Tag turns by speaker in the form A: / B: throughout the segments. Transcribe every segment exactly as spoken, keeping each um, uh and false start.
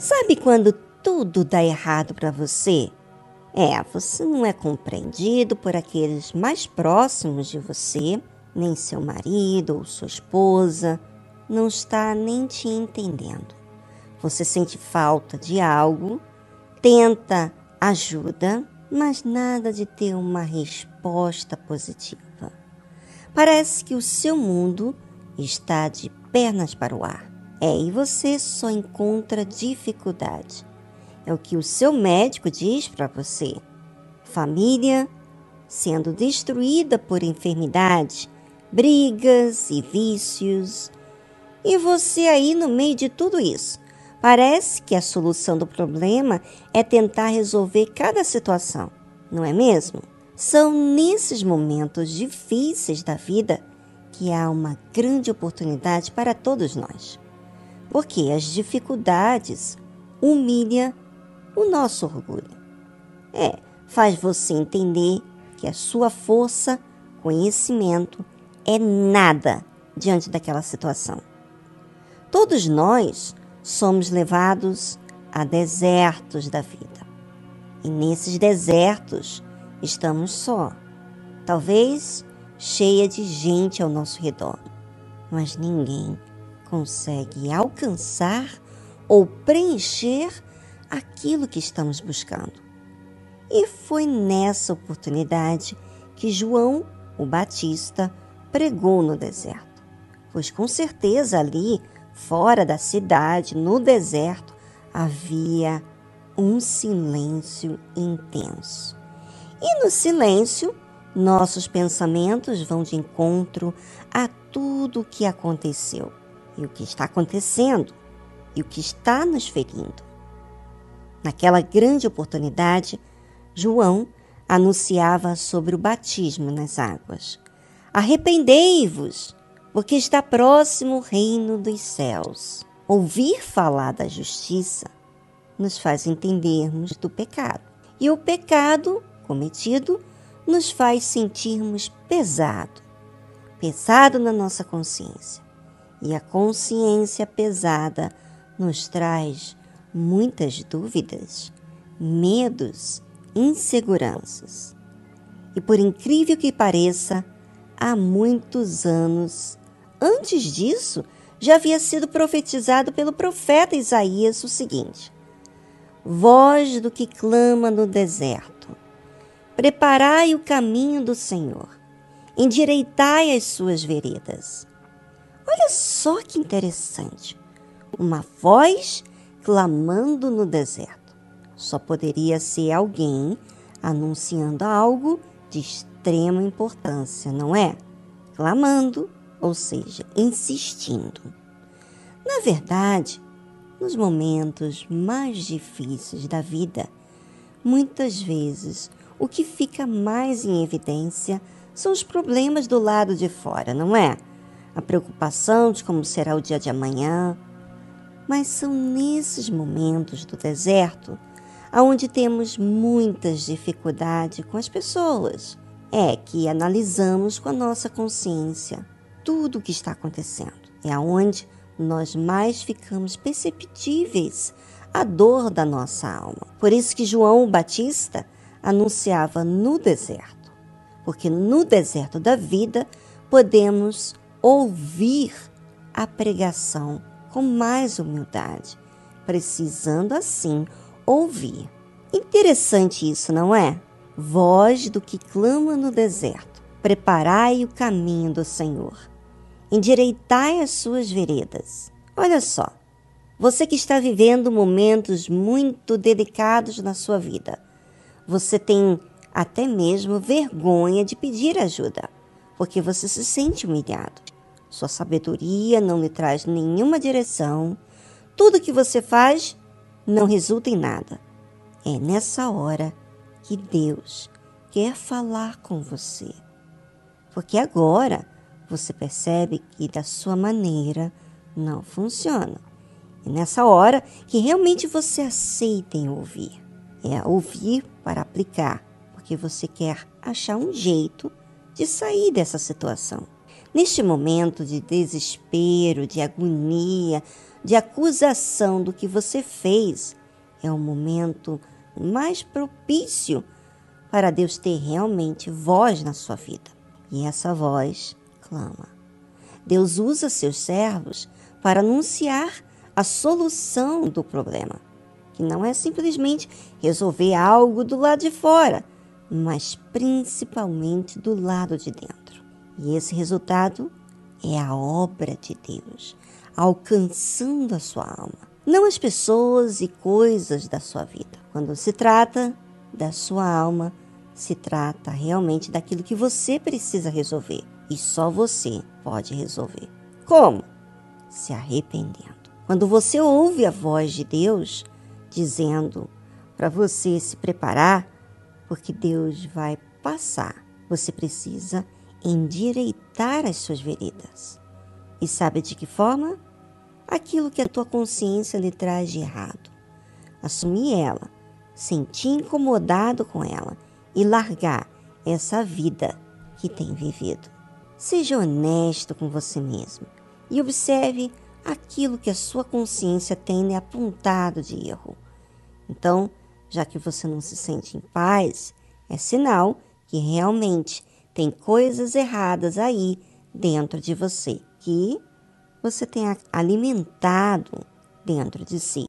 A: Sabe quando tudo dá errado para você? É, você não é compreendido por aqueles mais próximos de você, nem seu marido ou sua esposa não está nem te entendendo. Você sente falta de algo, tenta ajuda, mas nada de ter uma resposta positiva. Parece que o seu mundo está de pernas para o ar. É, e você só encontra dificuldade. É o que o seu médico diz para você. Família sendo destruída por enfermidade, brigas e vícios. E você aí no meio de tudo isso. Parece que a solução do problema é tentar resolver cada situação, não é mesmo? São nesses momentos difíceis da vida que há uma grande oportunidade para todos nós. Porque as dificuldades humilham o nosso orgulho. É, faz você entender que a sua força, conhecimento, é nada diante daquela situação. Todos nós somos levados a desertos da vida. E nesses desertos estamos só. Talvez cheia de gente ao nosso redor. Mas ninguém consegue alcançar ou preencher aquilo que estamos buscando. E foi nessa oportunidade que João, o Batista, pregou no deserto. Pois com certeza ali, fora da cidade, no deserto, havia um silêncio intenso. E no silêncio, nossos pensamentos vão de encontro a tudo o que aconteceu. E o que está acontecendo, e o que está nos ferindo. Naquela grande oportunidade, João anunciava sobre o batismo nas águas. Arrependei-vos, porque está próximo o reino dos céus. Ouvir falar da justiça nos faz entendermos do pecado. E o pecado cometido nos faz sentirmos pesado. Pesado na nossa consciência. E a consciência pesada nos traz muitas dúvidas, medos, inseguranças. E por incrível que pareça, há muitos anos, antes disso, já havia sido profetizado pelo profeta Isaías o seguinte: voz do que clama no deserto, preparai o caminho do Senhor, endireitai as suas veredas. Olha só que interessante, uma voz clamando no deserto. Só poderia ser alguém anunciando algo de extrema importância, não é? Clamando, ou seja, insistindo. Na verdade, nos momentos mais difíceis da vida, muitas vezes o que fica mais em evidência são os problemas do lado de fora, não é? A preocupação de como será o dia de amanhã. Mas são nesses momentos do deserto onde temos muitas dificuldades com as pessoas. É que analisamos com a nossa consciência tudo o que está acontecendo. É onde nós mais ficamos perceptíveis à dor da nossa alma. Por isso que João Batista anunciava no deserto. Porque no deserto da vida podemos ouvir a pregação com mais humildade, precisando assim ouvir. Interessante isso, não é? Voz do que clama no deserto, preparai o caminho do Senhor, endireitai as suas veredas. Olha só, você que está vivendo momentos muito delicados na sua vida, você tem até mesmo vergonha de pedir ajuda, porque você se sente humilhado. Sua sabedoria não lhe traz nenhuma direção. Tudo que você faz não resulta em nada. É nessa hora que Deus quer falar com você. Porque agora você percebe que da sua maneira não funciona. É nessa hora que realmente você aceita em ouvir. É ouvir para aplicar, porque você quer achar um jeito de sair dessa situação. Neste momento de desespero, de agonia, de acusação do que você fez, é o momento mais propício para Deus ter realmente voz na sua vida. E essa voz clama. Deus usa seus servos para anunciar a solução do problema, que não é simplesmente resolver algo do lado de fora, mas principalmente do lado de dentro. E esse resultado é a obra de Deus, alcançando a sua alma, não as pessoas e coisas da sua vida. Quando se trata da sua alma, se trata realmente daquilo que você precisa resolver, e só você pode resolver. Como? Se arrependendo. Quando você ouve a voz de Deus dizendo para você se preparar, porque Deus vai passar, você precisa endireitar as suas veredas. E sabe de que forma? Aquilo que a tua consciência lhe traz de errado. Assumir ela, sentir incomodado com ela e largar essa vida que tem vivido. Seja honesto com você mesmo e observe aquilo que a sua consciência tem lhe apontado de erro. Então, já que você não se sente em paz, é sinal que realmente tem coisas erradas aí dentro de você, que você tem alimentado dentro de si.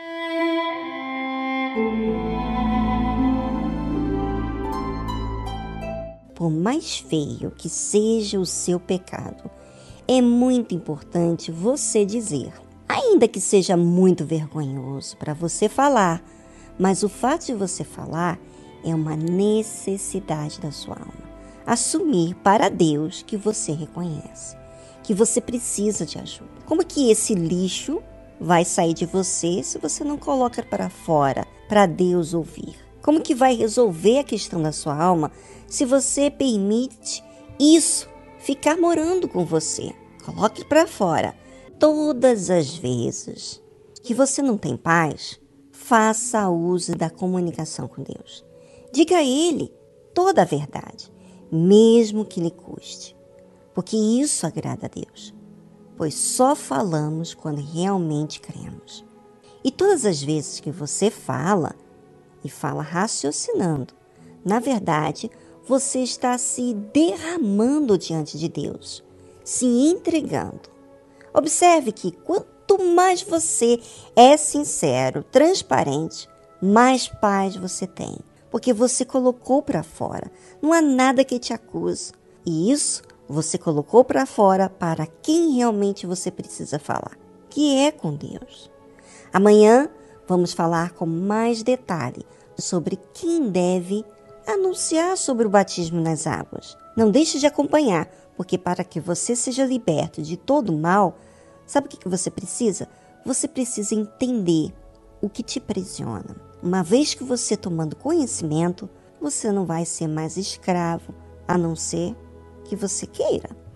A: Por mais feio que seja o seu pecado, é muito importante você dizer, ainda que seja muito vergonhoso para você falar, mas o fato de você falar é uma necessidade da sua alma. Assumir para Deus que você reconhece, que você precisa de ajuda. Como que esse lixo vai sair de você se você não coloca para fora, para Deus ouvir? Como que vai resolver a questão da sua alma se você permite isso ficar morando com você? Coloque para fora. Todas as vezes que você não tem paz, faça uso da comunicação com Deus. Diga a Ele toda a verdade, mesmo que lhe custe, porque isso agrada a Deus, pois só falamos quando realmente cremos. E todas as vezes que você fala, e fala raciocinando, na verdade, você está se derramando diante de Deus, se entregando. Observe que quanto mais você é sincero, transparente, mais paz você tem, porque você colocou para fora. Não há nada que te acuse. E isso você colocou para fora para quem realmente você precisa falar, que é com Deus. Amanhã vamos falar com mais detalhe sobre quem deve anunciar sobre o batismo nas águas. Não deixe de acompanhar, porque para que você seja liberto de todo o mal, sabe o que você precisa? Você precisa entender o que te aprisiona. Uma vez que você tomando conhecimento, você não vai ser mais escravo, a não ser que você queira.